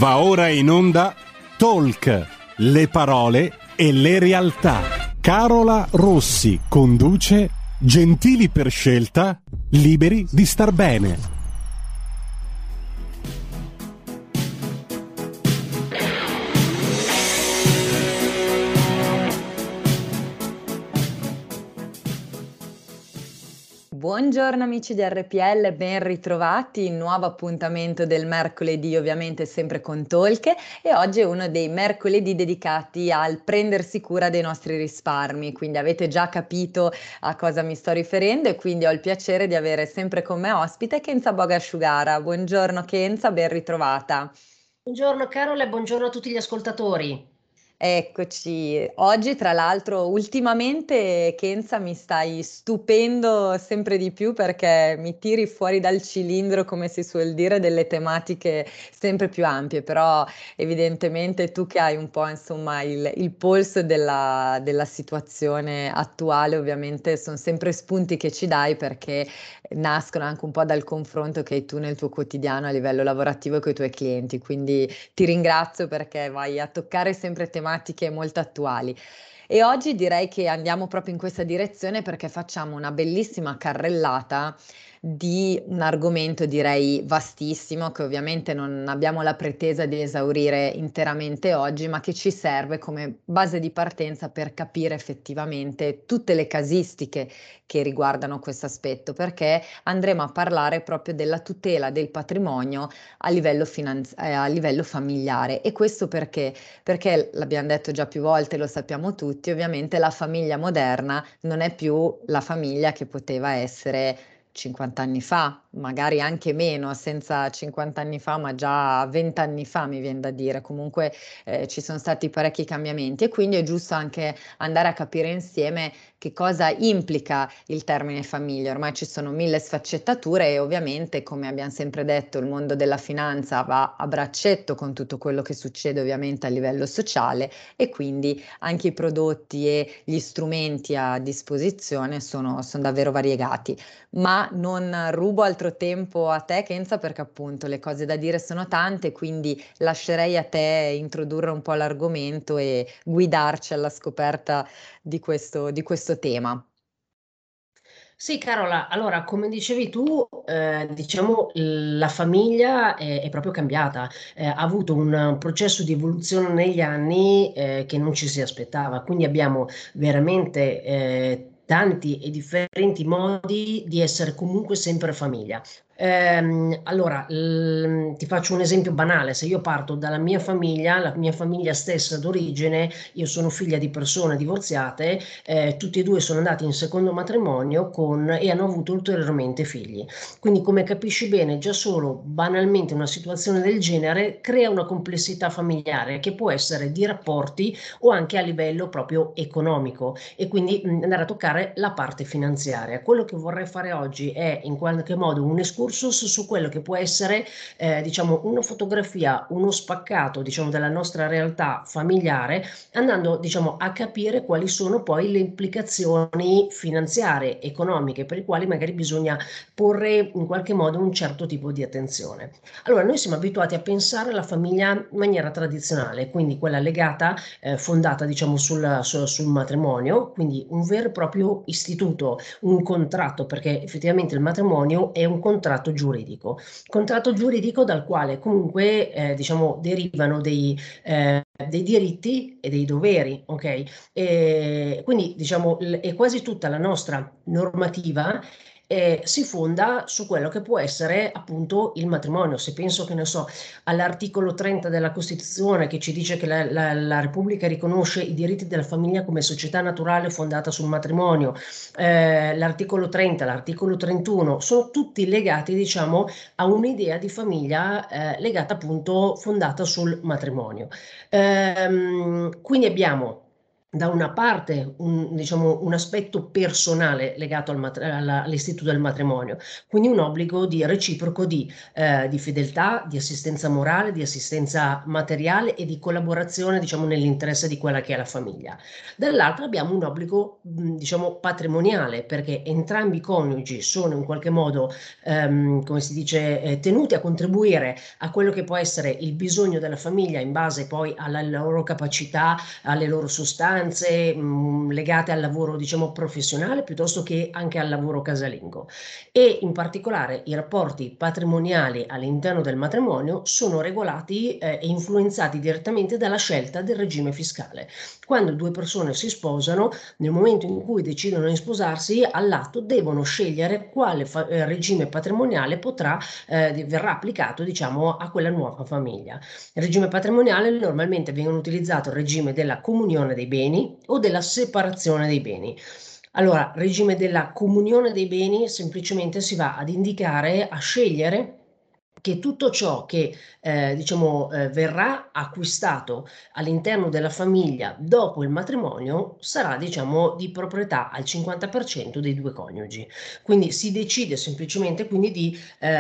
Va ora in onda Talk, le parole e le realtà. Carola Rossi conduce Gentili per scelta, liberi di star bene. Buongiorno amici di RPL, ben ritrovati, nuovo appuntamento del mercoledì, ovviamente sempre con Talk, e oggi è uno dei mercoledì dedicati al prendersi cura dei nostri risparmi, quindi avete già capito a cosa mi sto riferendo e quindi ho il piacere di avere sempre con me ospite Kenza Bogasciugara. Buongiorno Kenza, ben ritrovata. Buongiorno Carola e buongiorno a tutti gli ascoltatori. Eccoci, oggi tra l'altro ultimamente Kenza mi stai stupendo sempre di più perché mi tiri fuori dal cilindro, come si suol dire, delle tematiche sempre più ampie, però evidentemente tu che hai un po' insomma il polso della situazione attuale, ovviamente sono sempre spunti che ci dai perché nascono anche un po' dal confronto che hai tu nel tuo quotidiano a livello lavorativo con i tuoi clienti, quindi ti ringrazio perché vai a toccare sempre tematiche molto attuali. E oggi direi che andiamo proprio in questa direzione perché facciamo una bellissima carrellata di un argomento direi vastissimo che ovviamente non abbiamo la pretesa di esaurire interamente oggi, ma che ci serve come base di partenza per capire effettivamente tutte le casistiche che riguardano questo aspetto, perché andremo a parlare proprio della tutela del patrimonio a livello familiare. E questo perché? Perché l'abbiamo detto già più volte, lo sappiamo tutti, ovviamente la famiglia moderna non è più la famiglia che poteva essere 50 anni fa, magari anche meno, senza 50 anni fa, ma già 20 anni fa mi viene da dire. Comunque ci sono stati parecchi cambiamenti e quindi è giusto anche andare a capire insieme che cosa implica il termine famiglia. Ormai ci sono mille sfaccettature e ovviamente, come abbiamo sempre detto, il mondo della finanza va a braccetto con tutto quello che succede ovviamente a livello sociale e quindi anche i prodotti e gli strumenti a disposizione sono davvero variegati. Ma non rubo altro tempo a te, Kenza, perché appunto le cose da dire sono tante, quindi lascerei a te introdurre un po' l'argomento e guidarci alla scoperta di questo tema. Sì, Carola, allora, come dicevi tu, diciamo, la famiglia è proprio cambiata, ha avuto un processo di evoluzione negli anni, che non ci si aspettava, quindi abbiamo veramente, tanti e differenti modi di essere comunque sempre famiglia. Allora, ti faccio un esempio banale: se io parto dalla mia famiglia, la mia famiglia stessa d'origine, io sono figlia di persone divorziate, tutti e due sono andati in secondo matrimonio e hanno avuto ulteriormente figli. Quindi, come capisci bene, già solo banalmente una situazione del genere crea una complessità familiare che può essere di rapporti o anche a livello proprio economico, e quindi andare a toccare la parte finanziaria. Quello che vorrei fare oggi è in qualche modo un excursus su quello che può essere, diciamo, una fotografia, uno spaccato, diciamo, della nostra realtà familiare, andando, diciamo, a capire quali sono poi le implicazioni finanziarie, economiche, per le quali magari bisogna porre in qualche modo un certo tipo di attenzione. Allora, noi siamo abituati a pensare alla famiglia in maniera tradizionale, quindi quella legata, fondata, diciamo, sul matrimonio, quindi un vero e proprio istituto, un contratto, perché effettivamente il matrimonio è un contratto giuridico dal quale comunque, diciamo, derivano dei diritti e dei doveri, ok? E quindi diciamo e quasi tutta la nostra normativa si fonda su quello che può essere appunto il matrimonio. Se penso, che ne so, all'articolo 30 della Costituzione, che ci dice che la Repubblica riconosce i diritti della famiglia come società naturale fondata sul matrimonio, l'articolo 30, l'articolo 31, sono tutti legati, diciamo, a un'idea di famiglia legata appunto, fondata sul matrimonio. Quindi abbiamo da una parte diciamo, un aspetto personale legato all'istituto del matrimonio, quindi un obbligo di reciproco di fedeltà, di assistenza morale, di assistenza materiale e di collaborazione, diciamo, nell'interesse di quella che è la famiglia. Dall'altro abbiamo un obbligo, diciamo, patrimoniale, perché entrambi i coniugi sono in qualche modo, come si dice, tenuti a contribuire a quello che può essere il bisogno della famiglia in base poi alla loro capacità, alle loro sostanze legate al lavoro, diciamo, professionale piuttosto che anche al lavoro casalingo. E in particolare i rapporti patrimoniali all'interno del matrimonio sono regolati e influenzati direttamente dalla scelta del regime fiscale. Quando due persone si sposano, nel momento in cui decidono di sposarsi, all'atto devono scegliere quale regime patrimoniale verrà applicato, diciamo, a quella nuova famiglia. Nel regime patrimoniale normalmente vengono utilizzato il regime della comunione dei beni o della separazione dei beni. Allora, regime della comunione dei beni semplicemente si va ad indicare, a scegliere che tutto ciò che diciamo, verrà acquistato all'interno della famiglia dopo il matrimonio sarà, diciamo, di proprietà al 50% dei due coniugi. Quindi si decide semplicemente quindi di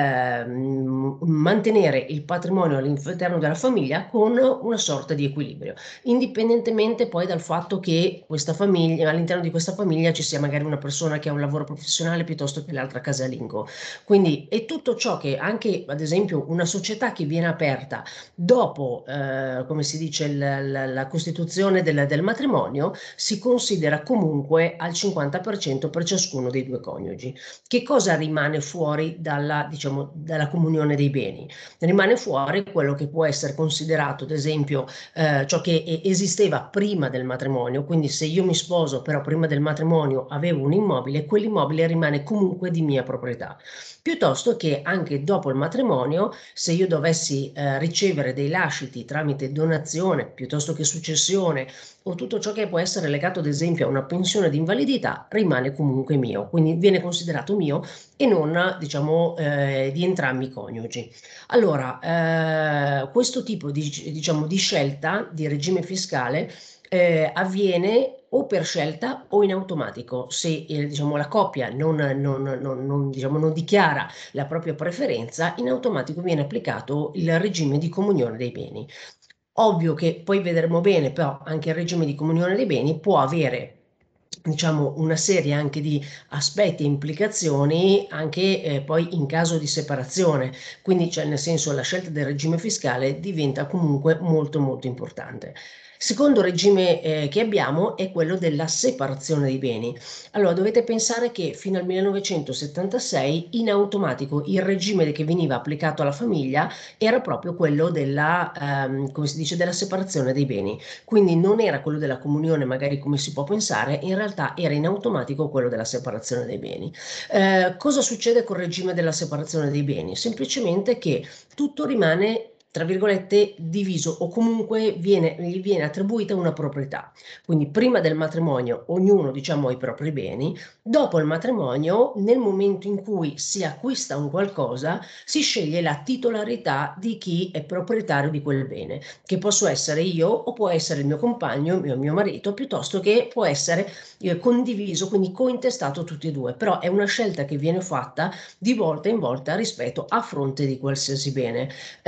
mantenere il patrimonio all'interno della famiglia con una sorta di equilibrio, indipendentemente poi dal fatto che questa famiglia, all'interno di questa famiglia ci sia magari una persona che ha un lavoro professionale piuttosto che l'altra casalingo. Quindi è tutto ciò che anche, ad esempio, una società che viene aperta dopo, come si dice, la costituzione del matrimonio, si considera comunque al 50% per ciascuno dei due coniugi. Che cosa rimane fuori dalla, diciamo, dalla comunione dei beni? Rimane fuori quello che può essere considerato, ad esempio, ciò che esisteva prima del matrimonio, quindi se io mi sposo però prima del matrimonio avevo un immobile, quell'immobile rimane comunque di mia proprietà. Piuttosto che anche dopo il matrimonio, se io dovessi ricevere dei lasciti tramite donazione piuttosto che successione o tutto ciò che può essere legato ad esempio a una pensione di invalidità, rimane comunque mio, quindi viene considerato mio e non, diciamo, di entrambi i coniugi. Allora, questo tipo di, diciamo, di scelta di regime fiscale avviene o per scelta o in automatico. Se diciamo, la coppia diciamo, non dichiara la propria preferenza, in automatico viene applicato il regime di comunione dei beni. Ovvio che poi vedremo bene, però anche il regime di comunione dei beni può avere, diciamo, una serie anche di aspetti e implicazioni anche poi in caso di separazione, quindi cioè nel senso la scelta del regime fiscale diventa comunque molto molto importante. Secondo regime che abbiamo è quello della separazione dei beni. Allora dovete pensare che fino al 1976 in automatico il regime che veniva applicato alla famiglia era proprio quello della, come si dice, della separazione dei beni. Quindi non era quello della comunione, magari come si può pensare, in realtà era in automatico quello della separazione dei beni. Cosa succede col regime della separazione dei beni? Semplicemente che tutto rimane tra virgolette diviso o comunque gli viene attribuita una proprietà. Quindi prima del matrimonio ognuno diciamo ha i propri beni, dopo il matrimonio nel momento in cui si acquista un qualcosa si sceglie la titolarità di chi è proprietario di quel bene, che posso essere io o può essere il mio compagno, mio marito, piuttosto che può essere condiviso, quindi cointestato tutti e due, però è una scelta che viene fatta di volta in volta rispetto a fronte di qualsiasi bene.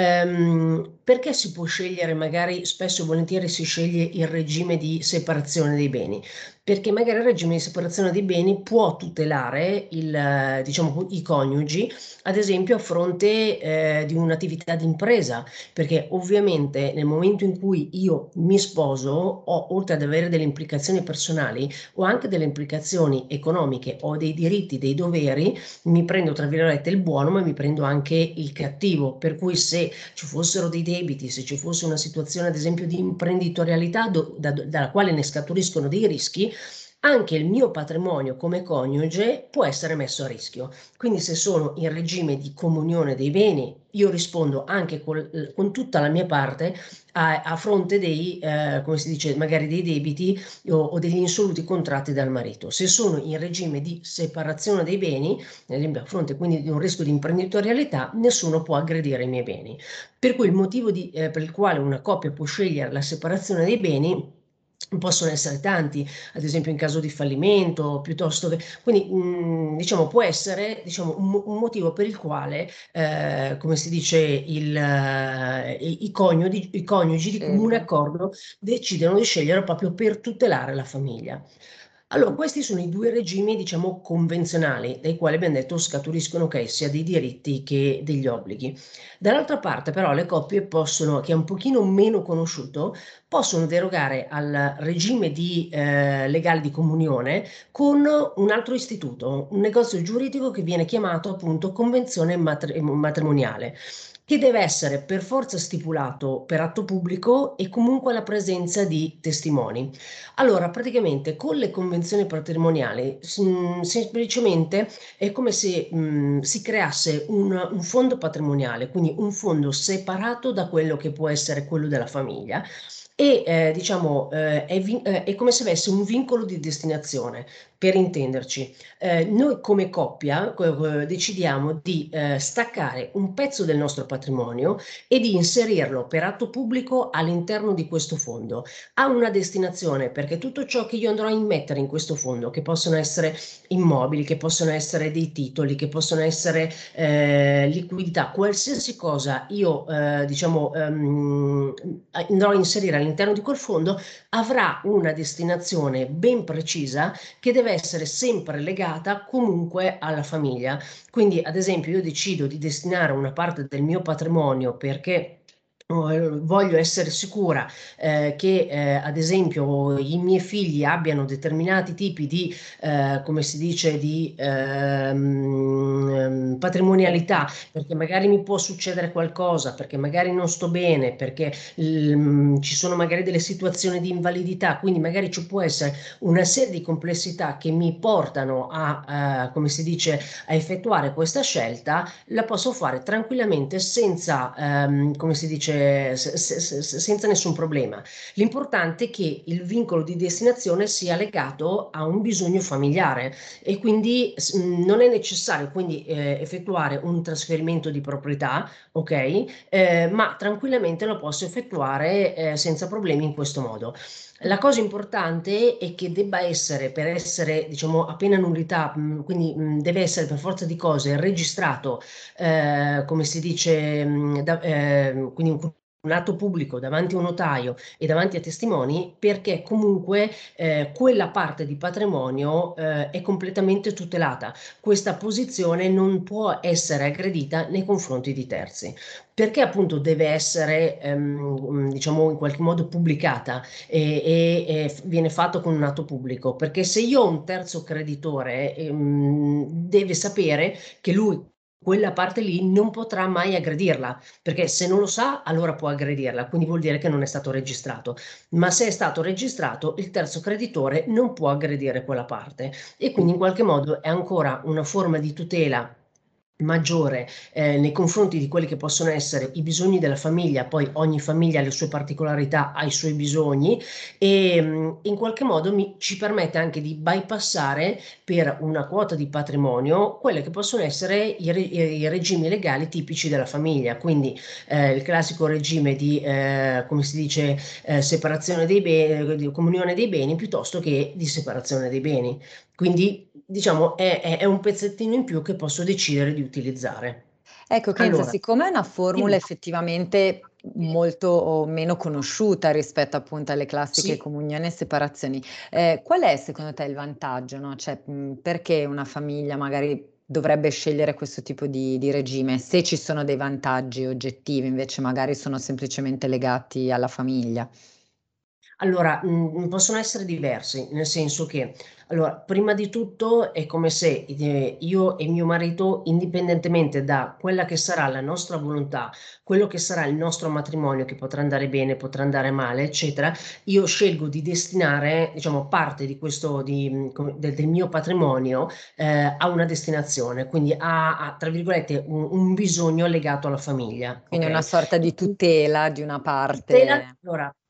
Perché si può scegliere, magari spesso e volentieri si sceglie il regime di separazione dei beni? Perché magari il regime di separazione dei beni può tutelare diciamo, i coniugi, ad esempio a fronte di un'attività di impresa, perché ovviamente nel momento in cui io mi sposo, ho, oltre ad avere delle implicazioni personali, ho anche delle implicazioni economiche, ho dei diritti, dei doveri, mi prendo tra virgolette il buono, ma mi prendo anche il cattivo, per cui se ci fossero dei debiti, se ci fosse una situazione ad esempio di imprenditorialità dalla quale ne scaturiscono dei rischi, anche il mio patrimonio come coniuge può essere messo a rischio. Quindi se sono in regime di comunione dei beni, io rispondo anche con tutta la mia parte a fronte dei, come si dice, magari dei debiti o degli insoluti contratti dal marito. Se sono in regime di separazione dei beni, ad esempio a fronte quindi di un rischio di imprenditorialità, nessuno può aggredire i miei beni. Per cui il motivo per il quale una coppia può scegliere la separazione dei beni possono essere tanti, ad esempio in caso di fallimento, piuttosto che... Quindi, diciamo, può essere, diciamo, un motivo per il quale, come si dice, i coniugi di comune Scelgono. accordo decidono di scegliere proprio per tutelare la famiglia. Allora, questi sono i due regimi, diciamo, convenzionali, dai quali abbiamo detto scaturiscono che sia dei diritti che degli obblighi. Dall'altra parte, però, le coppie possono, che è un pochino meno conosciuto, possono derogare al regime legale di comunione con un altro istituto, un negozio giuridico che viene chiamato appunto convenzione matrimoniale, che deve essere per forza stipulato per atto pubblico e comunque alla presenza di testimoni. Allora, praticamente con le convenzioni patrimoniali, semplicemente è come se si creasse un fondo patrimoniale, quindi un fondo separato da quello che può essere quello della famiglia. E diciamo è come se avesse un vincolo di destinazione, per intenderci. Noi come coppia decidiamo di staccare un pezzo del nostro patrimonio e di inserirlo per atto pubblico all'interno di questo fondo. Ha una destinazione perché tutto ciò che io andrò a immettere in questo fondo, che possono essere immobili, che possono essere dei titoli, che possono essere liquidità, qualsiasi cosa io diciamo andrò a inserire all'interno di quel fondo, avrà una destinazione ben precisa che deve essere sempre legata comunque alla famiglia. Quindi, ad esempio, io decido di destinare una parte del mio patrimonio perché voglio essere sicura che, ad esempio, i miei figli abbiano determinati tipi di, come si dice, di patrimonialità, perché magari mi può succedere qualcosa, perché magari non sto bene, perché ci sono magari delle situazioni di invalidità, quindi magari ci può essere una serie di complessità che mi portano a, come si dice, a effettuare questa scelta, la posso fare tranquillamente senza, come si dice, senza nessun problema. L'importante è che il vincolo di destinazione sia legato a un bisogno familiare e quindi non è necessario quindi effettuare un trasferimento di proprietà, ok? Ma tranquillamente lo posso effettuare senza problemi in questo modo. La cosa importante è che debba essere, per essere, diciamo, a piena nullità, quindi deve essere per forza di cose registrato, come si dice, quindi un atto pubblico davanti a un notaio e davanti a testimoni, perché comunque quella parte di patrimonio è completamente tutelata. Questa posizione non può essere aggredita nei confronti di terzi. Perché appunto deve essere, diciamo, in qualche modo pubblicata e viene fatto con un atto pubblico? Perché se io ho un terzo creditore, deve sapere che lui quella parte lì non potrà mai aggredirla, perché se non lo sa, allora può aggredirla, quindi vuol dire che non è stato registrato. Ma se è stato registrato, il terzo creditore non può aggredire quella parte e quindi in qualche modo è ancora una forma di tutela maggiore nei confronti di quelli che possono essere i bisogni della famiglia, poi ogni famiglia ha le sue particolarità, ha i suoi bisogni e in qualche modo ci permette anche di bypassare per una quota di patrimonio quelle che possono essere i regimi legali tipici della famiglia, quindi il classico regime di, come si dice, separazione dei beni, di comunione dei beni piuttosto che di separazione dei beni. Quindi, diciamo, è un pezzettino in più che posso decidere di utilizzare. Ecco Kenza, Allora, siccome è una formula dimmi. effettivamente molto o meno conosciuta rispetto appunto alle classiche Sì. comunioni e separazioni, qual è secondo te il vantaggio, no? Cioè, perché una famiglia magari dovrebbe scegliere questo tipo di regime, se ci sono dei vantaggi oggettivi, invece magari sono semplicemente legati alla famiglia? Allora, possono essere diversi, nel senso che, allora, prima di tutto è come se io e mio marito, indipendentemente da quella che sarà la nostra volontà, quello che sarà il nostro matrimonio, che potrà andare bene, potrà andare male, eccetera, io scelgo di destinare, diciamo, parte di questo, del mio patrimonio a una destinazione, quindi tra virgolette, un bisogno legato alla famiglia, Quindi una ok? sorta di tutela di una Tutela, parte. allora,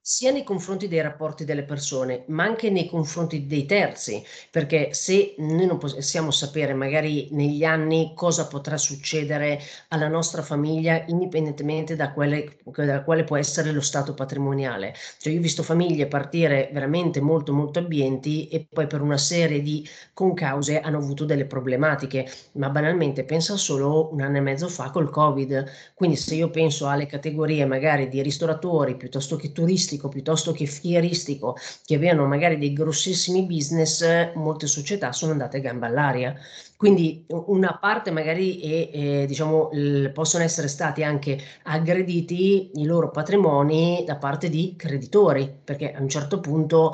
sia nei confronti dei rapporti delle persone, ma anche nei confronti dei terzi, perché se noi non possiamo sapere magari negli anni cosa potrà succedere alla nostra famiglia, indipendentemente da quale può essere lo stato patrimoniale. Cioè, io ho visto famiglie partire veramente molto molto abbienti e poi per una serie di concause hanno avuto delle problematiche, ma banalmente pensa solo un anno e mezzo fa col Covid. Quindi se io penso alle categorie magari di ristoratori, piuttosto che turistico, piuttosto che fieristico, che avevano magari dei grossissimi business, molte società sono andate a gamba all'aria. Quindi una parte magari diciamo, possono essere stati anche aggrediti i loro patrimoni da parte di creditori, perché a un certo punto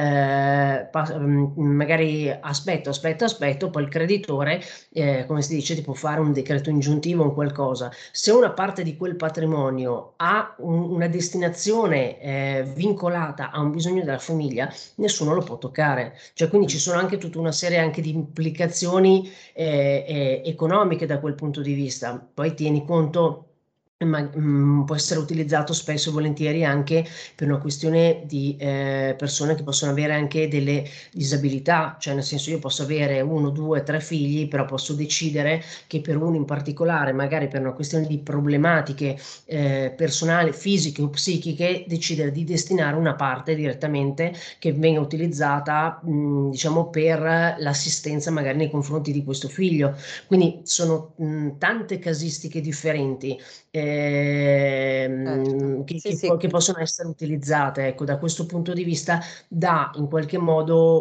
magari aspetto, poi il creditore, come si dice, ti può fare un decreto ingiuntivo o qualcosa. Se una parte di quel patrimonio ha una destinazione vincolata a un bisogno della famiglia, nessuno lo può toccare. Cioè, quindi ci sono anche tutta una serie anche di implicazioni economiche da quel punto di vista. Poi tieni conto, può essere utilizzato spesso e volentieri anche per una questione di persone che possono avere anche delle disabilità, cioè nel senso io posso avere uno, due, tre figli, però posso decidere che per uno in particolare, magari per una questione di problematiche personali, fisiche o psichiche, decidere di destinare una parte direttamente che venga utilizzata, diciamo, per l'assistenza magari nei confronti di questo figlio. Quindi sono tante casistiche differenti Certo. Sì, sì. che possono essere utilizzate. Ecco, da questo punto di vista dà in qualche modo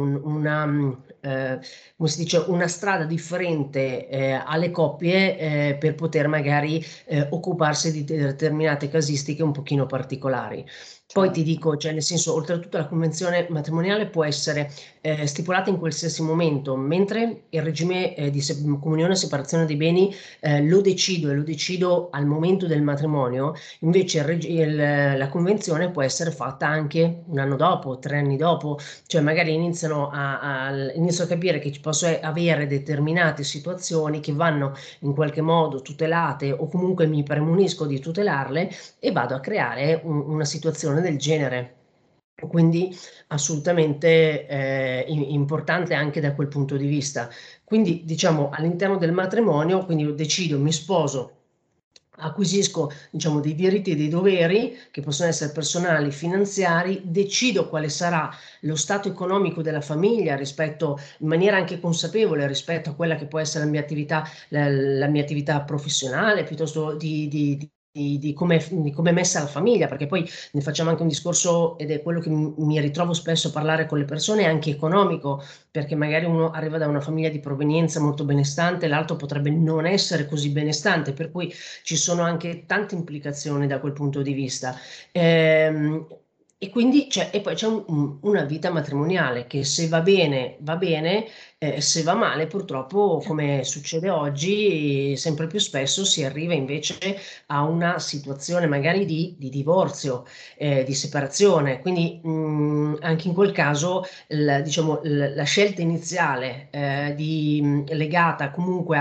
come si dice, una strada differente alle coppie per poter magari occuparsi di determinate casistiche un pochino particolari. Poi ti Certo. dico, cioè nel senso, oltretutto la convenzione matrimoniale può essere stipulata in qualsiasi momento, mentre il regime di comunione e separazione dei beni lo decido e lo decido al momento del matrimonio, invece la convenzione può essere fatta anche un anno dopo, 3 anni dopo, cioè magari inizio a capire che ci posso avere determinate situazioni che vanno in qualche modo tutelate o comunque mi premunisco di tutelarle e vado a creare una situazione del genere. Quindi assolutamente importante anche da quel punto di vista. Quindi diciamo all'interno del matrimonio, quindi io decido, mi sposo, acquisisco diciamo dei diritti e dei doveri che possono essere personali, finanziari, decido quale sarà lo stato economico della famiglia rispetto in maniera anche consapevole rispetto a quella che può essere la mia attività professionale, piuttosto di come è messa la famiglia, perché poi ne facciamo anche un discorso ed è quello che mi ritrovo spesso a parlare con le persone, anche economico, perché magari uno arriva da una famiglia di provenienza molto benestante, l'altro potrebbe non essere così benestante, per cui ci sono anche tante implicazioni da quel punto di vista. E quindi e poi c'è una vita matrimoniale che se va bene, se va male purtroppo, come succede oggi, sempre più spesso si arriva invece a una situazione magari di divorzio, di separazione. Quindi anche in quel caso diciamo, la scelta iniziale legata comunque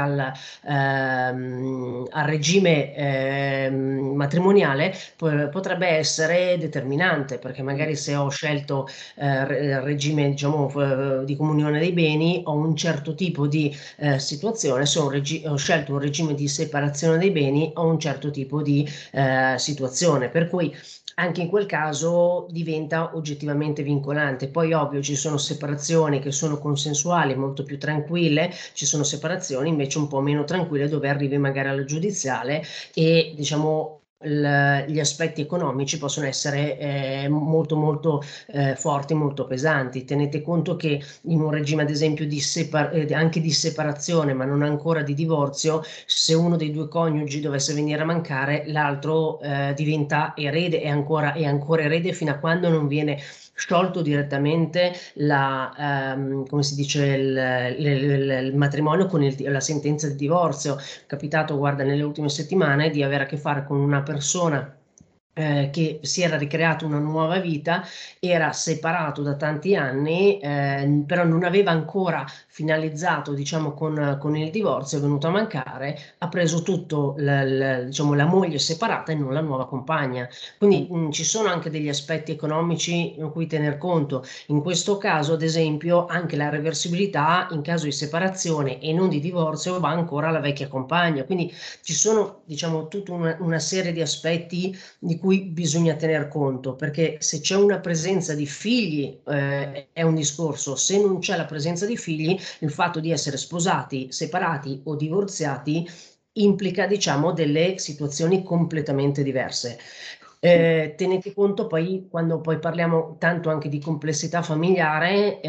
al regime matrimoniale potrebbe essere determinante, perché magari se ho scelto il regime diciamo, di comunione dei beni ho un certo tipo di situazione, se ho scelto un regime di separazione dei beni ho un certo tipo di situazione, per cui anche in quel caso diventa oggettivamente vincolante. Poi ovvio ci sono separazioni che sono consensuali, molto più tranquille, ci sono separazioni invece un po' meno tranquille dove arrivi magari alla giudiziale e diciamo gli aspetti economici possono essere molto molto forti, molto pesanti. Tenete conto che in un regime ad esempio anche di separazione ma non ancora di divorzio, se uno dei due coniugi dovesse venire a mancare, l'altro diventa erede e ancora erede fino a quando non viene sciolto direttamente come si dice, il matrimonio con la sentenza di divorzio. È capitato, guarda, nelle ultime settimane di avere a che fare con una persona che si era ricreato una nuova vita, era separato da tanti anni, però non aveva ancora finalizzato, diciamo, con il divorzio, è venuto a mancare, ha preso tutto diciamo, la moglie separata e non la nuova compagna. Quindi ci sono anche degli aspetti economici in cui tener conto. In questo caso, ad esempio, anche la reversibilità in caso di separazione e non di divorzio va ancora alla vecchia compagna. Quindi ci sono, diciamo, tutta una serie di aspetti di cui bisogna tener conto, perché se c'è una presenza di figli è un discorso, se non c'è la presenza di figli, il fatto di essere sposati, separati o divorziati implica, diciamo, delle situazioni completamente diverse. Tenete conto poi, quando poi parliamo tanto anche di complessità familiare,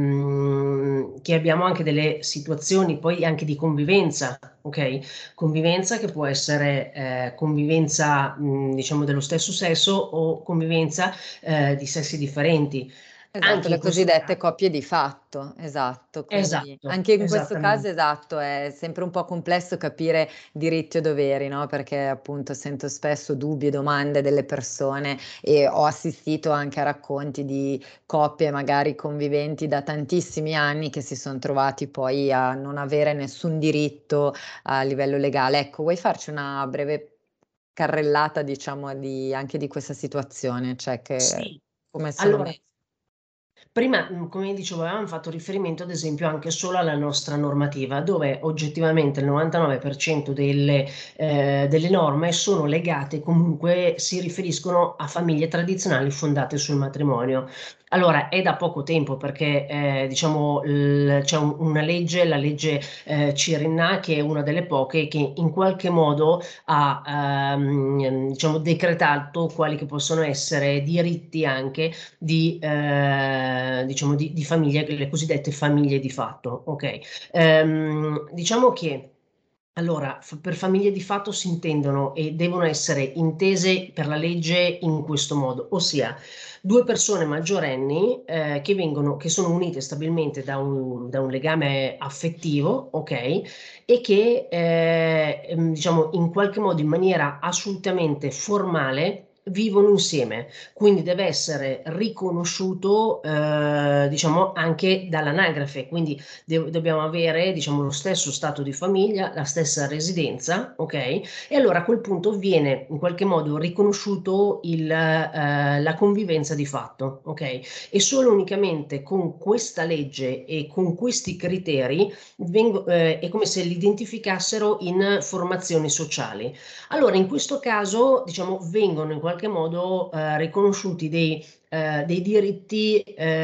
che abbiamo anche delle situazioni poi anche di convivenza, ok? Convivenza che può essere convivenza, diciamo, dello stesso sesso o convivenza di sessi differenti. Esatto, Anche le in questo cosiddette caso, coppie di fatto, esatto. Quindi esatto, anche in questo caso, esattamente. esatto, è sempre un po' complesso capire diritti o doveri, no? Perché appunto sento spesso dubbi e domande delle persone e ho assistito anche a racconti di coppie magari conviventi da tantissimi anni che si sono trovati poi a non avere nessun diritto a livello legale. Ecco, vuoi farci una breve carrellata, diciamo, anche di questa situazione, cioè che Sì, come sono allora, messi? prima, come dicevo, avevamo fatto riferimento ad esempio anche solo alla nostra normativa, dove oggettivamente il 99% delle norme sono legate, comunque si riferiscono a famiglie tradizionali fondate sul matrimonio. Allora, è da poco tempo perché diciamo c'è una legge, la legge Cirinna, che è una delle poche che in qualche modo ha diciamo, decretato quali che possono essere diritti anche diciamo di famiglie, le cosiddette famiglie di fatto. Ok. Diciamo che allora, per famiglie di fatto si intendono e devono essere intese per la legge in questo modo, ossia due persone maggiorenni che sono unite stabilmente da un legame affettivo, ok? E che diciamo in qualche modo in maniera assolutamente formale vivono insieme, quindi deve essere riconosciuto diciamo anche dall'anagrafe, quindi dobbiamo avere diciamo lo stesso stato di famiglia, la stessa residenza, ok? E allora a quel punto viene in qualche modo riconosciuto la convivenza di fatto, ok? E solo unicamente con questa legge e con questi criteri è come se li identificassero in formazioni sociali. Allora, in questo caso, diciamo, vengono in qualche modo riconosciuti dei diritti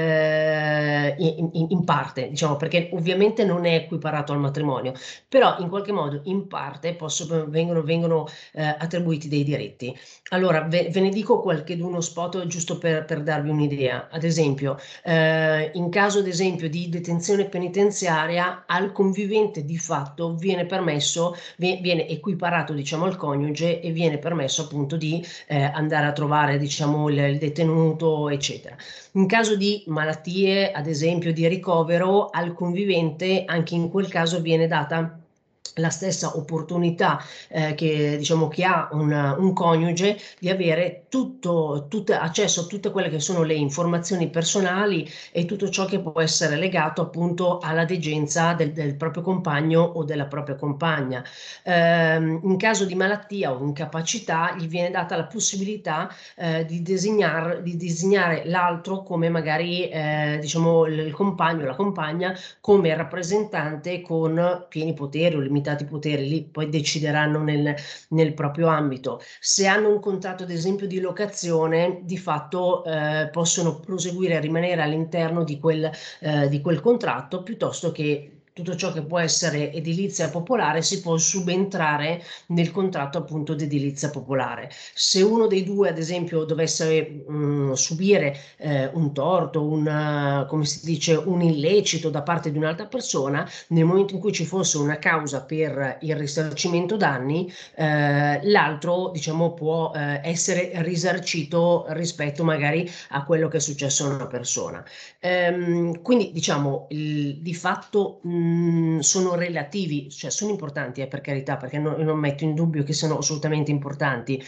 in parte, diciamo, perché ovviamente non è equiparato al matrimonio, però in qualche modo in parte vengono attribuiti dei diritti. Allora, ve ne dico qualcheduno spot giusto per darvi un'idea. Ad esempio, in caso ad esempio di detenzione penitenziaria, al convivente di fatto viene permesso, viene equiparato diciamo al coniuge e viene permesso appunto di andare a trovare diciamo il detenuto, eccetera. In caso di malattie, ad esempio di ricovero, al convivente anche in quel caso viene data la stessa opportunità che, diciamo, che ha un coniuge di avere accesso a tutte quelle che sono le informazioni personali e tutto ciò che può essere legato appunto alla degenza del proprio compagno o della propria compagna. In caso di malattia o incapacità gli viene data la possibilità di designare l'altro come magari diciamo il compagno o la compagna come rappresentante con pieni poteri o limitati poteri, lì poi decideranno nel proprio ambito. Se hanno un contratto, ad esempio, di locazione, di fatto possono proseguire a rimanere all'interno di quel contratto, piuttosto che tutto ciò che può essere edilizia popolare si può subentrare nel contratto appunto di edilizia popolare. Se uno dei due, ad esempio, dovesse subire un torto, come si dice, un illecito da parte di un'altra persona, nel momento in cui ci fosse una causa per il risarcimento danni, l'altro, diciamo, può essere risarcito rispetto magari a quello che è successo a una persona. Quindi, diciamo, di fatto sono relativi, cioè sono importanti, per carità, perché non metto in dubbio che siano assolutamente importanti,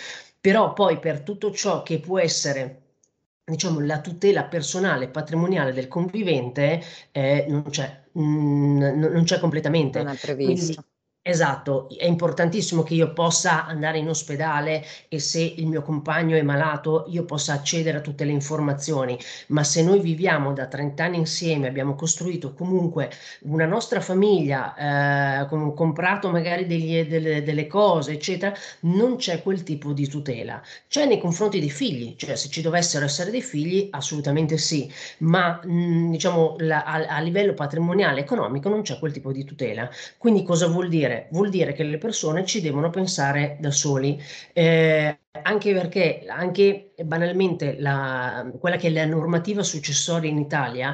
Però poi per tutto ciò che può essere, diciamo, la tutela personale, patrimoniale del convivente, non c'è Non completamente. è Quindi, previsto. esatto, è importantissimo che io possa andare in ospedale e se il mio compagno è malato, io possa accedere a tutte le informazioni. Ma se noi viviamo da 30 anni insieme, abbiamo costruito comunque una nostra famiglia, comprato magari delle cose, eccetera, non c'è quel tipo di tutela. C'è nei confronti dei figli, cioè se ci dovessero essere dei figli, assolutamente sì, ma diciamo a livello patrimoniale economico non c'è quel tipo di tutela. Quindi cosa vuol dire? Vuol dire che le persone ci devono pensare da soli. Anche perché anche banalmente quella che è la normativa successoria in Italia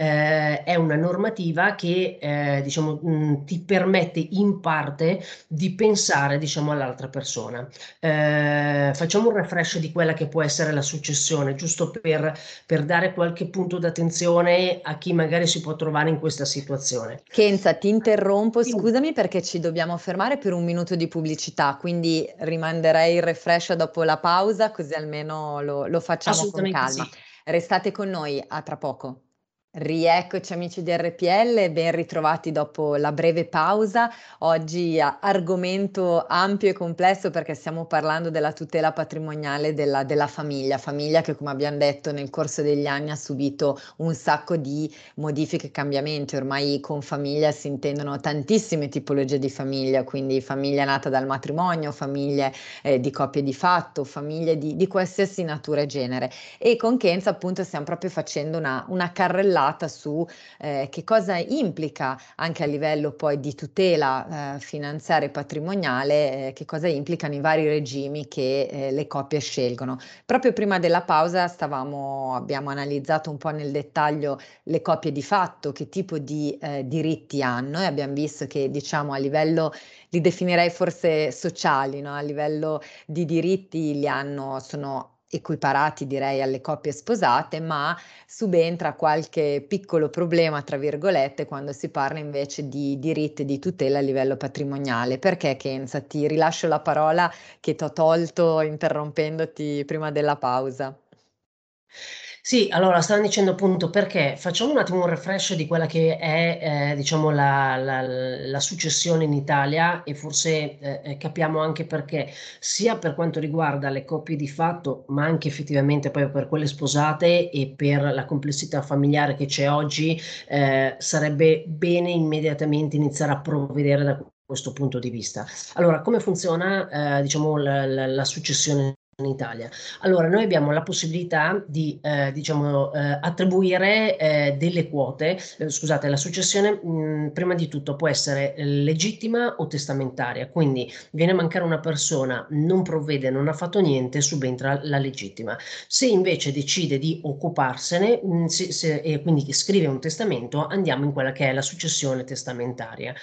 è una normativa che diciamo, ti permette in parte di pensare diciamo, all'altra persona. Facciamo un refresh di quella che può essere la successione, giusto per dare qualche punto d'attenzione a chi magari si può trovare in questa situazione. Kenza, ti interrompo, Quindi, scusami perché ci dobbiamo fermare per un minuto di pubblicità, quindi rimanderei il refresh dopo la pausa, così almeno lo facciamo con assolutamente calma. sì. Restate con noi, a tra poco. Rieccoci amici di RPL, ben ritrovati dopo la breve pausa. Oggi argomento ampio e complesso perché stiamo parlando della tutela patrimoniale della famiglia che come abbiamo detto nel corso degli anni ha subito un sacco di modifiche e cambiamenti. Ormai con famiglia si intendono tantissime tipologie di famiglia, quindi famiglia nata dal matrimonio, famiglie di coppie di fatto, famiglie di qualsiasi natura e genere. E con Kenza appunto stiamo proprio facendo una carrellata su che cosa implica anche a livello poi di tutela finanziaria e patrimoniale, che cosa implicano i vari regimi che le coppie scelgono. Proprio prima della pausa abbiamo analizzato un po' nel dettaglio le coppie di fatto, che tipo di diritti hanno e abbiamo visto che diciamo a livello, li definirei forse sociali, no? A livello di diritti sono equiparati direi alle coppie sposate, ma subentra qualche piccolo problema, tra virgolette, quando si parla invece di diritti e di tutela a livello patrimoniale. Perché Kenza, ti rilascio la parola che t'ho tolto interrompendoti prima della pausa. Sì, allora stavano dicendo appunto perché facciamo un attimo un refresh di quella che è diciamo la successione in Italia e forse capiamo anche perché, sia per quanto riguarda le coppie di fatto, ma anche effettivamente poi per quelle sposate e per la complessità familiare che c'è oggi, sarebbe bene immediatamente iniziare a provvedere da questo punto di vista. Allora, come funziona diciamo la successione in Italia? Allora, noi abbiamo la possibilità di, diciamo, attribuire delle quote. Scusate, la successione, prima di tutto può essere legittima o testamentaria, quindi viene a mancare una persona, non provvede, non ha fatto niente, subentra la legittima. Se invece decide di occuparsene, e quindi scrive un testamento, andiamo in quella che è la successione testamentaria.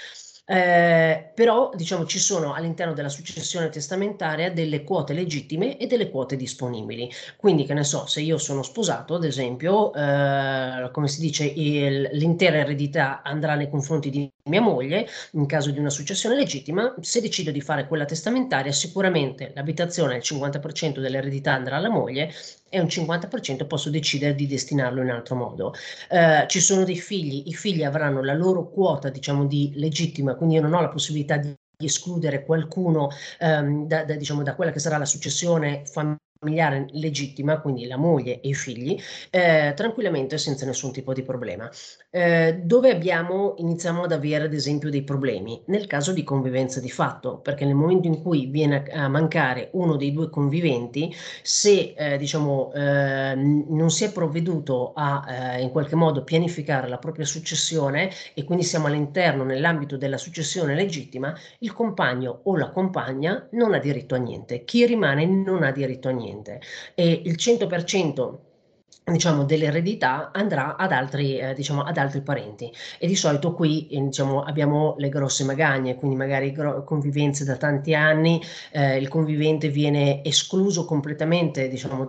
Però diciamo ci sono all'interno della successione testamentaria delle quote legittime e delle quote disponibili. Quindi, che ne so, se io sono sposato, ad esempio, come si dice, l'intera eredità andrà nei confronti di mia moglie, in caso di una successione legittima. Se decido di fare quella testamentaria, sicuramente l'abitazione, il 50% dell'eredità andrà alla moglie e un 50% posso decidere di destinarlo in altro modo. Ci sono dei figli, i figli avranno la loro quota, diciamo, di legittima, quindi io non ho la possibilità di escludere qualcuno diciamo, da quella che sarà la successione familiare legittima, quindi la moglie e i figli, tranquillamente senza nessun tipo di problema. Dove iniziamo ad avere ad esempio dei problemi? Nel caso di convivenza di fatto, perché nel momento in cui viene a mancare uno dei due conviventi, se diciamo, non si è provveduto a in qualche modo pianificare la propria successione e quindi siamo all'interno nell'ambito della successione legittima, il compagno o la compagna non ha diritto a niente, chi rimane non ha diritto a niente e il 100% diciamo dell'eredità andrà ad altri diciamo ad altri parenti e di solito qui diciamo abbiamo le grosse magagne, quindi magari convivenze da tanti anni, il convivente viene escluso completamente diciamo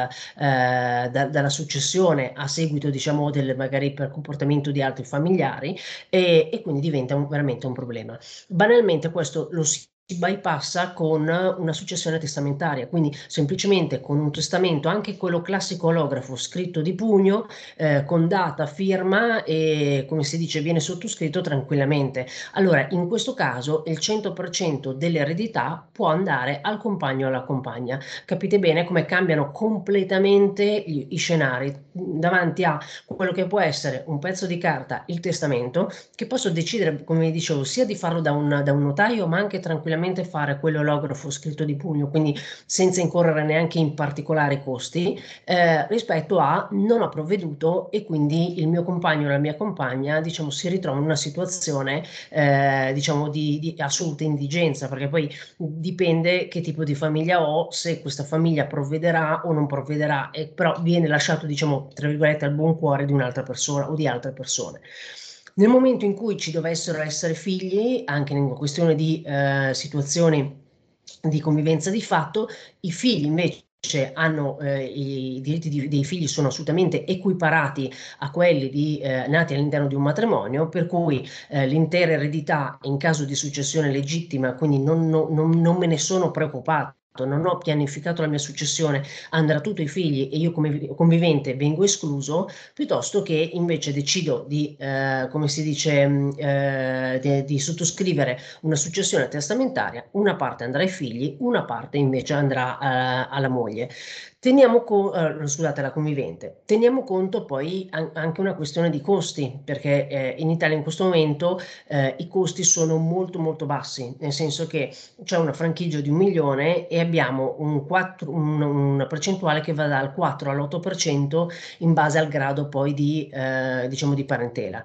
dalla successione a seguito diciamo magari per comportamento di altri familiari e quindi diventa veramente un problema. Banalmente questo lo si bypassa con una successione testamentaria, quindi semplicemente con un testamento, anche quello classico olografo, scritto di pugno, con data, firma e, come si dice, viene sottoscritto tranquillamente. Allora, in questo caso il 100% dell'eredità può andare al compagno o alla compagna. Capite bene come cambiano completamente i scenari davanti a quello che può essere un pezzo di carta, il testamento, che posso decidere, come vi dicevo, sia di farlo da un notaio, ma anche tranquillamente fare quello olografo scritto di pugno, quindi senza incorrere neanche in particolari costi, rispetto a non ho provveduto e quindi il mio compagno o la mia compagna, diciamo, si ritrova in una situazione, diciamo, di assoluta indigenza, perché poi dipende che tipo di famiglia ho, se questa famiglia provvederà o non provvederà, e però viene lasciato, diciamo, tra virgolette, al buon cuore di un'altra persona o di altre persone. Nel momento in cui ci dovessero essere figli, anche in questione di situazioni di convivenza di fatto, i figli invece hanno i diritti dei figli sono assolutamente equiparati a quelli nati all'interno di un matrimonio, per cui l'intera eredità in caso di successione legittima, quindi non me ne sono preoccupato. Non ho pianificato la mia successione, andrà tutto ai figli e io come convivente vengo escluso, piuttosto che invece decido come si dice, di sottoscrivere una successione testamentaria, una parte andrà ai figli, una parte invece andrà alla moglie. Scusate, alla convivente. Teniamo conto poi anche una questione di costi, perché in Italia in questo momento i costi sono molto molto bassi, nel senso che c'è una franchigia di 1 milione e abbiamo una percentuale che va dal 4 all'8% in base al grado poi diciamo di parentela.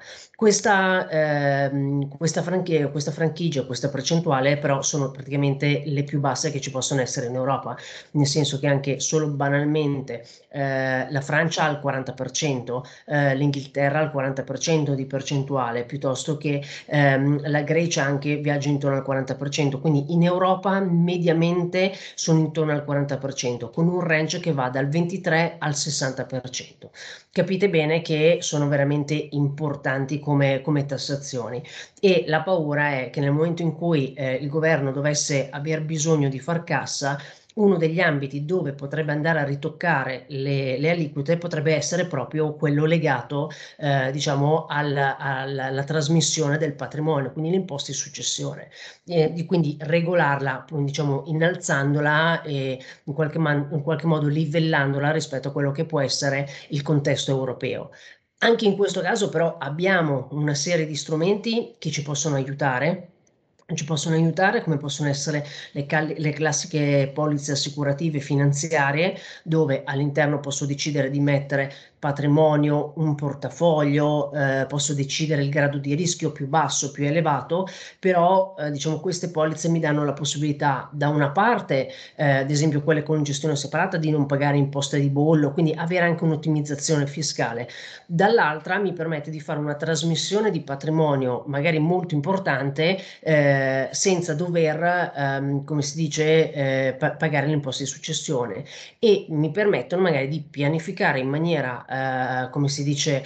Questa franchigia, questa percentuale però sono praticamente le più basse che ci possono essere in Europa, nel senso che anche solo banalmente la Francia ha il 40%, l'Inghilterra ha il 40% di percentuale, piuttosto che la Grecia anche viaggia intorno al 40%, quindi in Europa mediamente sono intorno al 40%, con un range che va dal 23 al 60%. Capite bene che sono veramente importanti come tassazioni, e la paura è che nel momento in cui il governo dovesse aver bisogno di far cassa, uno degli ambiti dove potrebbe andare a ritoccare le aliquote potrebbe essere proprio quello legato, diciamo, alla trasmissione del patrimonio, quindi l'imposta di successione, quindi regolarla, diciamo, innalzandola e in qualche modo livellandola rispetto a quello che può essere il contesto europeo. Anche in questo caso però abbiamo una serie di strumenti che ci possono aiutare. Ci possono aiutare, come possono essere le classiche polizze assicurative finanziarie, dove all'interno posso decidere di mettere patrimonio, un portafoglio, posso decidere il grado di rischio più basso, più elevato, però diciamo queste polizze mi danno la possibilità, da una parte, ad esempio quelle con gestione separata, di non pagare imposte di bollo, quindi avere anche un'ottimizzazione fiscale. Dall'altra mi permette di fare una trasmissione di patrimonio magari molto importante, senza dover, come si dice, pagare l'imposta di successione, e mi permettono magari di pianificare in maniera, come si dice,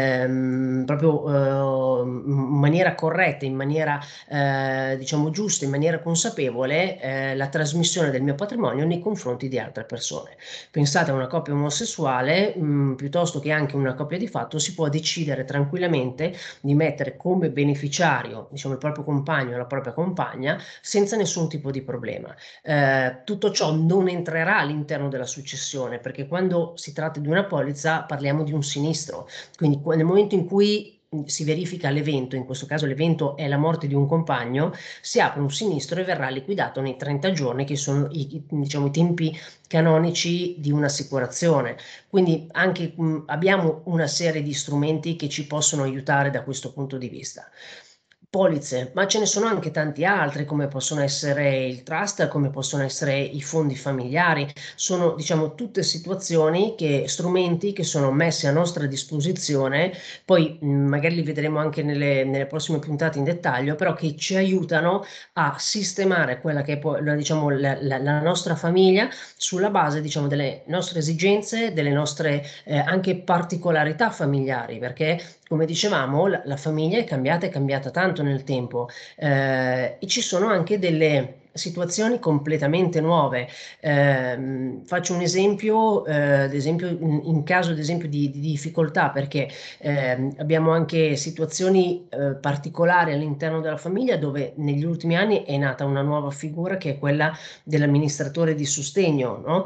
proprio in maniera corretta, in maniera diciamo giusta, in maniera consapevole, la trasmissione del mio patrimonio nei confronti di altre persone. Pensate a una coppia omosessuale, piuttosto che anche una coppia di fatto, si può decidere tranquillamente di mettere come beneficiario, diciamo, il proprio compagno o la propria compagna senza nessun tipo di problema. Tutto ciò non entrerà all'interno della successione, perché quando si tratta di una polizza parliamo di un sinistro, quindi nel momento in cui si verifica l'evento, in questo caso l'evento è la morte di un compagno, si apre un sinistro e verrà liquidato nei 30 giorni, che sono diciamo, i tempi canonici di un'assicurazione. Quindi anche abbiamo una serie di strumenti che ci possono aiutare da questo punto di vista. Polizze, ma ce ne sono anche tanti altri, come possono essere il trust, come possono essere i fondi familiari. Sono, diciamo, tutte situazioni, strumenti che sono messi a nostra disposizione, poi magari li vedremo anche nelle prossime puntate in dettaglio, però che ci aiutano a sistemare quella che è poi, diciamo, la nostra famiglia sulla base, diciamo, delle nostre esigenze, delle nostre anche particolarità familiari, perché come dicevamo, la famiglia è cambiata tanto nel tempo, e ci sono anche delle situazioni completamente nuove. Faccio un esempio, ad esempio in caso ad esempio di difficoltà, perché abbiamo anche situazioni particolari all'interno della famiglia dove negli ultimi anni è nata una nuova figura che è quella dell'amministratore di sostegno, no?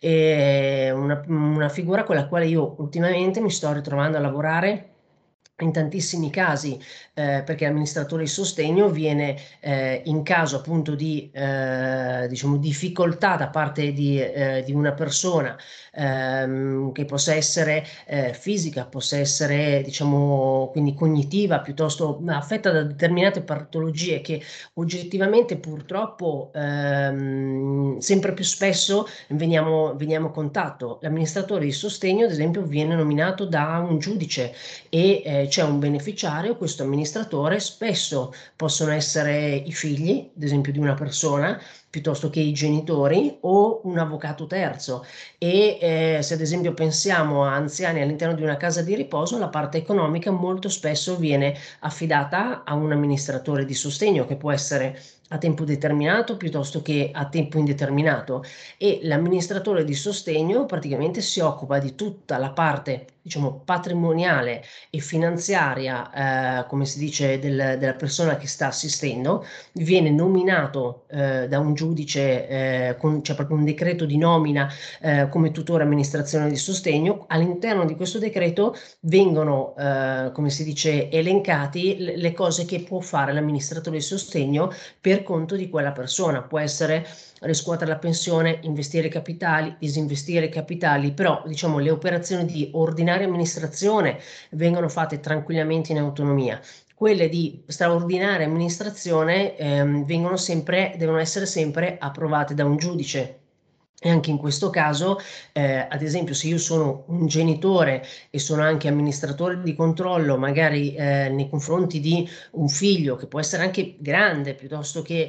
Una figura con la quale io ultimamente mi sto ritrovando a lavorare in tantissimi casi, perché l'amministratore di sostegno viene in caso appunto di diciamo difficoltà da parte di una persona, che possa essere fisica, possa essere diciamo quindi cognitiva, piuttosto affetta da determinate patologie che oggettivamente purtroppo sempre più spesso veniamo a contatto. L'amministratore di sostegno, ad esempio, viene nominato da un giudice e c'è un beneficiario, questo amministratore, spesso possono essere i figli, ad esempio, di una persona, piuttosto che i genitori o un avvocato terzo. E se ad esempio pensiamo a anziani all'interno di una casa di riposo, la parte economica molto spesso viene affidata a un amministratore di sostegno che può essere a tempo determinato piuttosto che a tempo indeterminato, e l'amministratore di sostegno praticamente si occupa di tutta la parte, diciamo, patrimoniale e finanziaria, come si dice, della persona che sta assistendo. Viene nominato da un giudice, c'è proprio un decreto di nomina come tutore amministrazione di sostegno. All'interno di questo decreto vengono, come si dice, elencati le cose che può fare l'amministratore di sostegno per conto di quella persona. Può essere riscuotere la pensione, investire i capitali, disinvestire i capitali, però diciamo le operazioni di ordinaria amministrazione vengono fatte tranquillamente in autonomia. Quelle di straordinaria amministrazione devono essere sempre approvate da un giudice. E anche in questo caso, ad esempio, se io sono un genitore e sono anche amministratore di controllo, magari nei confronti di un figlio che può essere anche grande, piuttosto che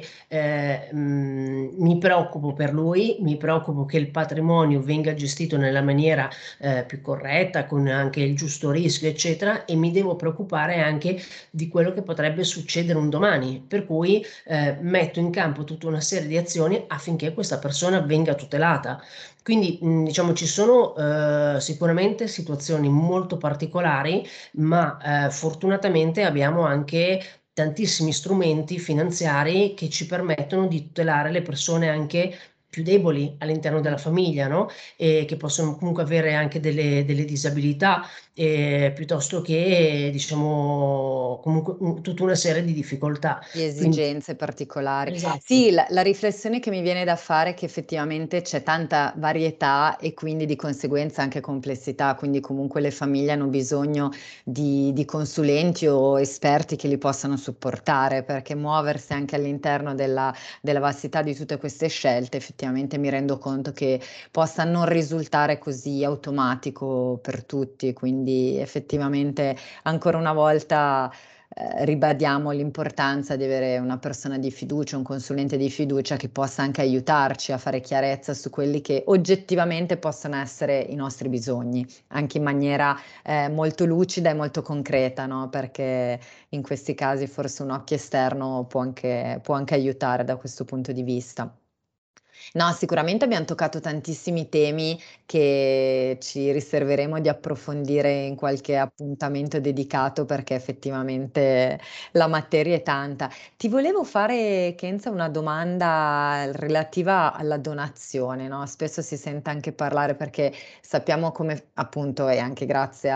mi preoccupo per lui, mi preoccupo che il patrimonio venga gestito nella maniera più corretta, con anche il giusto rischio, eccetera, e mi devo preoccupare anche di quello che potrebbe succedere un domani, per cui metto in campo tutta una serie di azioni affinché questa persona venga tutelata. Quindi diciamo ci sono sicuramente situazioni molto particolari, ma fortunatamente abbiamo anche tantissimi strumenti finanziari che ci permettono di tutelare le persone anche più deboli all'interno della famiglia, no? E che possono comunque avere anche delle disabilità, piuttosto che, diciamo, comunque tutta una serie di difficoltà. Di Quindi, esigenze particolari. esatto. Sì, la riflessione che mi viene da fare è che effettivamente c'è tanta varietà e quindi di conseguenza anche complessità, quindi comunque le famiglie hanno bisogno di consulenti o esperti che li possano supportare, perché muoversi anche all'interno della vastità di tutte queste scelte, effettivamente mi rendo conto che possa non risultare così automatico per tutti, quindi effettivamente ancora una volta ribadiamo l'importanza di avere una persona di fiducia, un consulente di fiducia che possa anche aiutarci a fare chiarezza su quelli che oggettivamente possono essere i nostri bisogni, anche in maniera molto lucida e molto concreta, no? Perché in questi casi forse un occhio esterno può anche aiutare da questo punto di vista. No, sicuramente abbiamo toccato tantissimi temi che ci riserveremo di approfondire in qualche appuntamento dedicato perché effettivamente la materia è tanta. Ti volevo fare, Kenza, una domanda relativa alla donazione, no? Spesso si sente anche parlare perché sappiamo come, appunto, e anche grazie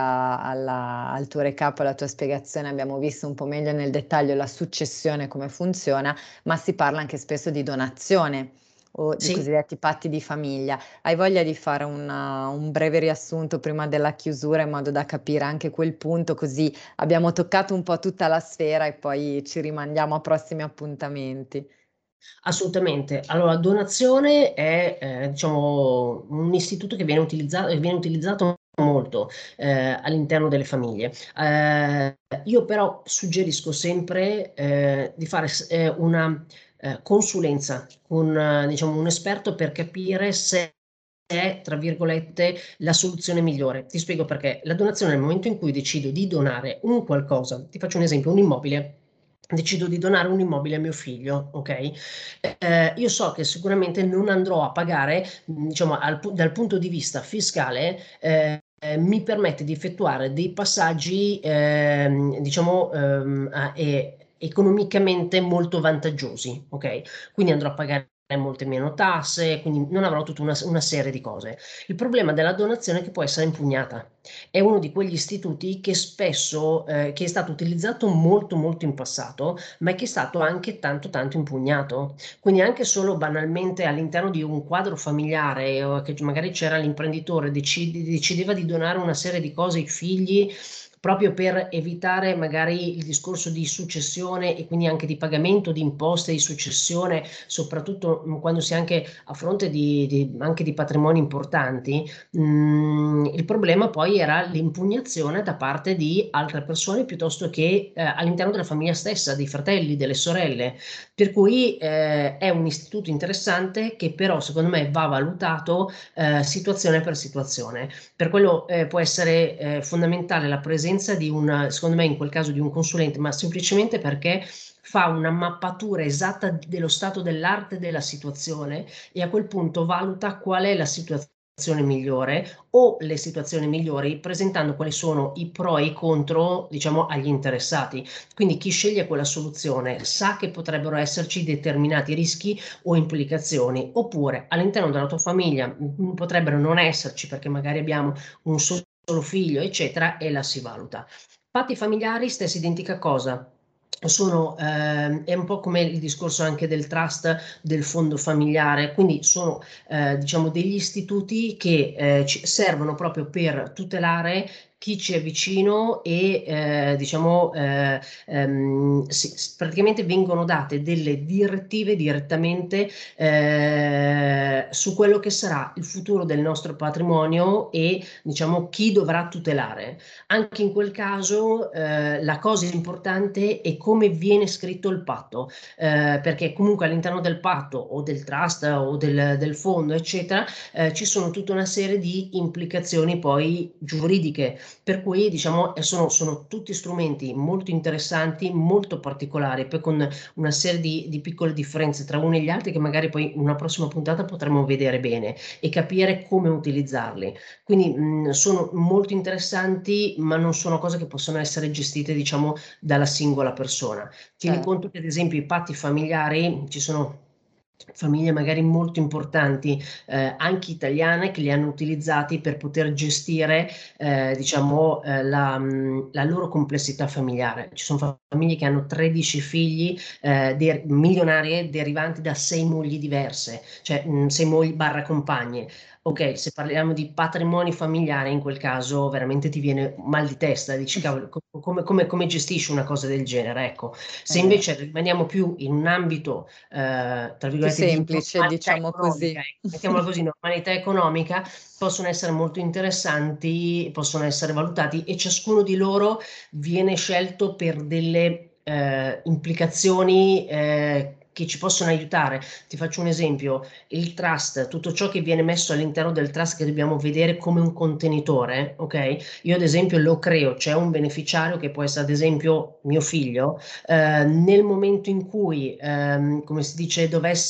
al tuo recap, alla tua spiegazione, abbiamo visto un po' meglio nel dettaglio la successione, come funziona, ma si parla anche spesso di donazione o di Sì. cosiddetti patti di famiglia. Hai voglia di fare un breve riassunto prima della chiusura in modo da capire anche quel punto, così abbiamo toccato un po' tutta la sfera e poi ci rimandiamo a prossimi appuntamenti. Assolutamente. Allora, donazione è, diciamo, un istituto che viene utilizzato molto all'interno delle famiglie. Io però suggerisco sempre di fare una consulenza con, diciamo, un esperto per capire se è, tra virgolette, la soluzione migliore. Ti spiego perché. La donazione, nel momento in cui decido di donare un qualcosa, ti faccio un esempio, un immobile. decido di donare un immobile a mio figlio, ok? Io so che sicuramente non andrò a pagare, diciamo, dal punto di vista fiscale, mi permette di effettuare dei passaggi, diciamo, economicamente molto vantaggiosi, ok? Quindi andrò a pagare molte meno tasse, quindi non avrò tutta una serie di cose. Il problema della donazione è che può essere impugnata. È uno di quegli istituti che spesso, che è stato utilizzato molto molto in passato, ma che è stato anche tanto tanto impugnato. Quindi anche solo banalmente all'interno di un quadro familiare, che magari c'era l'imprenditore, decideva di donare una serie di cose ai figli proprio per evitare magari il discorso di successione e quindi anche di pagamento di imposte di successione, soprattutto quando si è anche a fronte anche di patrimoni importanti. Il problema poi era l'impugnazione da parte di altre persone piuttosto che all'interno della famiglia stessa, dei fratelli, delle sorelle. Per cui è un istituto interessante che però secondo me va valutato situazione per situazione. Per quello può essere fondamentale la presenza di secondo me in quel caso di un consulente, ma semplicemente perché fa una mappatura esatta dello stato dell'arte della situazione e a quel punto valuta qual è la situazione migliore o le situazioni migliori, presentando quali sono i pro e i contro, diciamo, agli interessati. Quindi chi sceglie quella soluzione sa che potrebbero esserci determinati rischi o implicazioni, oppure all'interno della tua famiglia potrebbero non esserci perché magari abbiamo un solo figlio, eccetera, e la si valuta. Patti familiari, stessa identica cosa. È un po' come il discorso anche del trust del fondo familiare, quindi sono diciamo degli istituti che ci servono proprio per tutelare chi ci è vicino e diciamo praticamente vengono date delle direttive direttamente su quello che sarà il futuro del nostro patrimonio e diciamo chi dovrà tutelare. Anche in quel caso la cosa importante è come viene scritto il patto, perché comunque all'interno del patto o del trust o del fondo, eccetera, ci sono tutta una serie di implicazioni poi giuridiche, per cui diciamo sono tutti strumenti molto interessanti, molto particolari, poi con una serie di piccole differenze tra uno e gli altri che magari poi in una prossima puntata potremo vedere bene e capire come utilizzarli. Quindi sono molto interessanti, ma non sono cose che possono essere gestite, diciamo, dalla singola persona. Tieni Certo. conto che, ad esempio, i patti familiari, ci sono famiglie magari molto importanti, anche italiane, che li hanno utilizzati per poter gestire, diciamo, la loro complessità familiare. Ci sono famiglie che hanno 13 figli milionarie derivanti da 6 mogli diverse, cioè 6 mogli barra compagne. Ok, se parliamo di patrimoni familiari, in quel caso veramente ti viene mal di testa, dici cavolo, come gestisci una cosa del genere? Ecco, se Eh, invece rimaniamo più in un ambito, tra più virgolette, di semplice, normalità diciamo economica, così. mettiamola così, normalità economica, possono essere molto interessanti, possono essere valutati e ciascuno di loro viene scelto per delle implicazioni che ci possono aiutare. Ti faccio un esempio, il trust, tutto ciò che viene messo all'interno del trust che dobbiamo vedere come un contenitore, ok? Io ad esempio lo creo, c'è un beneficiario che può essere ad esempio mio figlio, nel momento in cui, come si dice,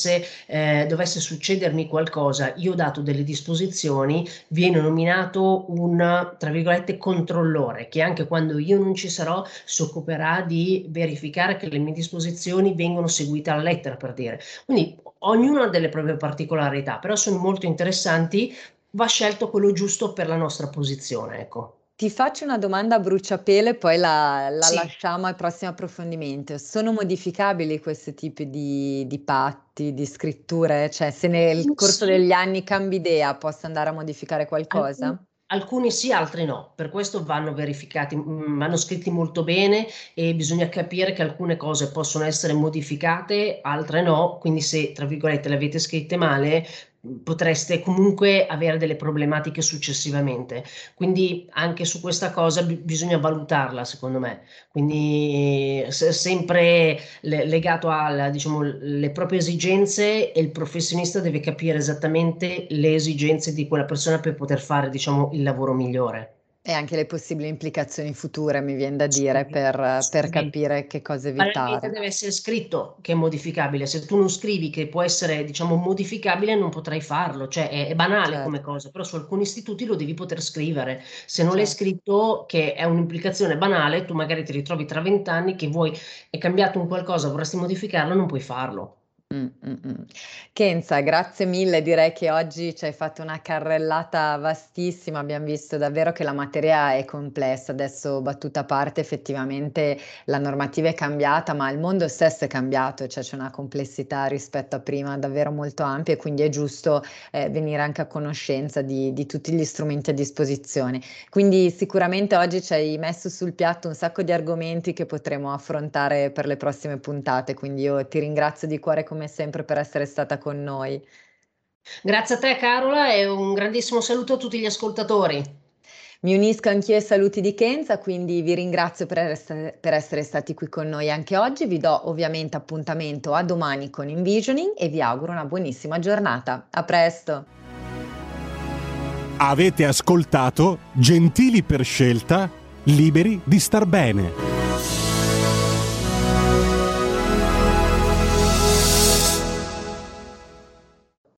dovesse succedermi qualcosa, io ho dato delle disposizioni, viene nominato un, tra virgolette, controllore, che anche quando io non ci sarò si occuperà di verificare che le mie disposizioni vengono seguite alla lettera, per dire. Quindi ognuno ha delle proprie particolarità, però sono molto interessanti, va scelto quello giusto per la nostra posizione, ecco. Ti faccio una domanda a bruciapelo, poi la Sì. lasciamo al prossimo approfondimento. Sono modificabili questi tipi di patti, di scritture? Cioè, se nel corso Sì. degli anni cambi idea, posso andare a modificare Alcuni, qualcosa? alcuni sì, altri no, per questo vanno verificati, vanno scritti molto bene e bisogna capire che alcune cose possono essere modificate, altre no, quindi se, tra virgolette, le avete scritte male, potreste comunque avere delle problematiche successivamente. Quindi anche su questa cosa bisogna valutarla, secondo me. Quindi sempre legato alle, diciamo, le proprie esigenze e il professionista deve capire esattamente le esigenze di quella persona per poter fare, diciamo, il lavoro migliore. E anche le possibili implicazioni future, mi viene da dire, Assolutamente, per assolutamente. capire che cosa Banalmente evitare. deve essere scritto che è modificabile. Se tu non scrivi che può essere, diciamo, modificabile, non potrai farlo. Cioè, è banale come Certo, cosa, però su alcuni istituti lo devi poter scrivere. Se non l'hai certo. scritto, che è un'implicazione banale, tu magari ti ritrovi tra 20 anni che vuoi, è cambiato un qualcosa, vorresti modificarlo, non puoi farlo. Mh. Kenza, grazie mille. Direi che oggi ci hai fatto una carrellata vastissima. Abbiam visto davvero che la materia è complessa. Adesso, battuta a parte, effettivamente la normativa è cambiata, ma il mondo stesso è cambiato, cioè c'è una complessità rispetto a prima davvero molto ampia e quindi è giusto, venire anche a conoscenza di tutti gli strumenti a disposizione. Quindi sicuramente oggi ci hai messo sul piatto un sacco di argomenti che potremo affrontare per le prossime puntate, quindi io ti ringrazio di cuore come sempre per essere stata con noi. Grazie a te, Carola, e un grandissimo saluto a tutti gli ascoltatori. Mi unisco anch'io ai saluti di Kenza, quindi vi ringrazio per essere stati qui con noi anche oggi. Vi do ovviamente appuntamento a domani con Envisioning e vi auguro una buonissima giornata. A presto! Avete ascoltato Gentili per scelta, liberi di star bene.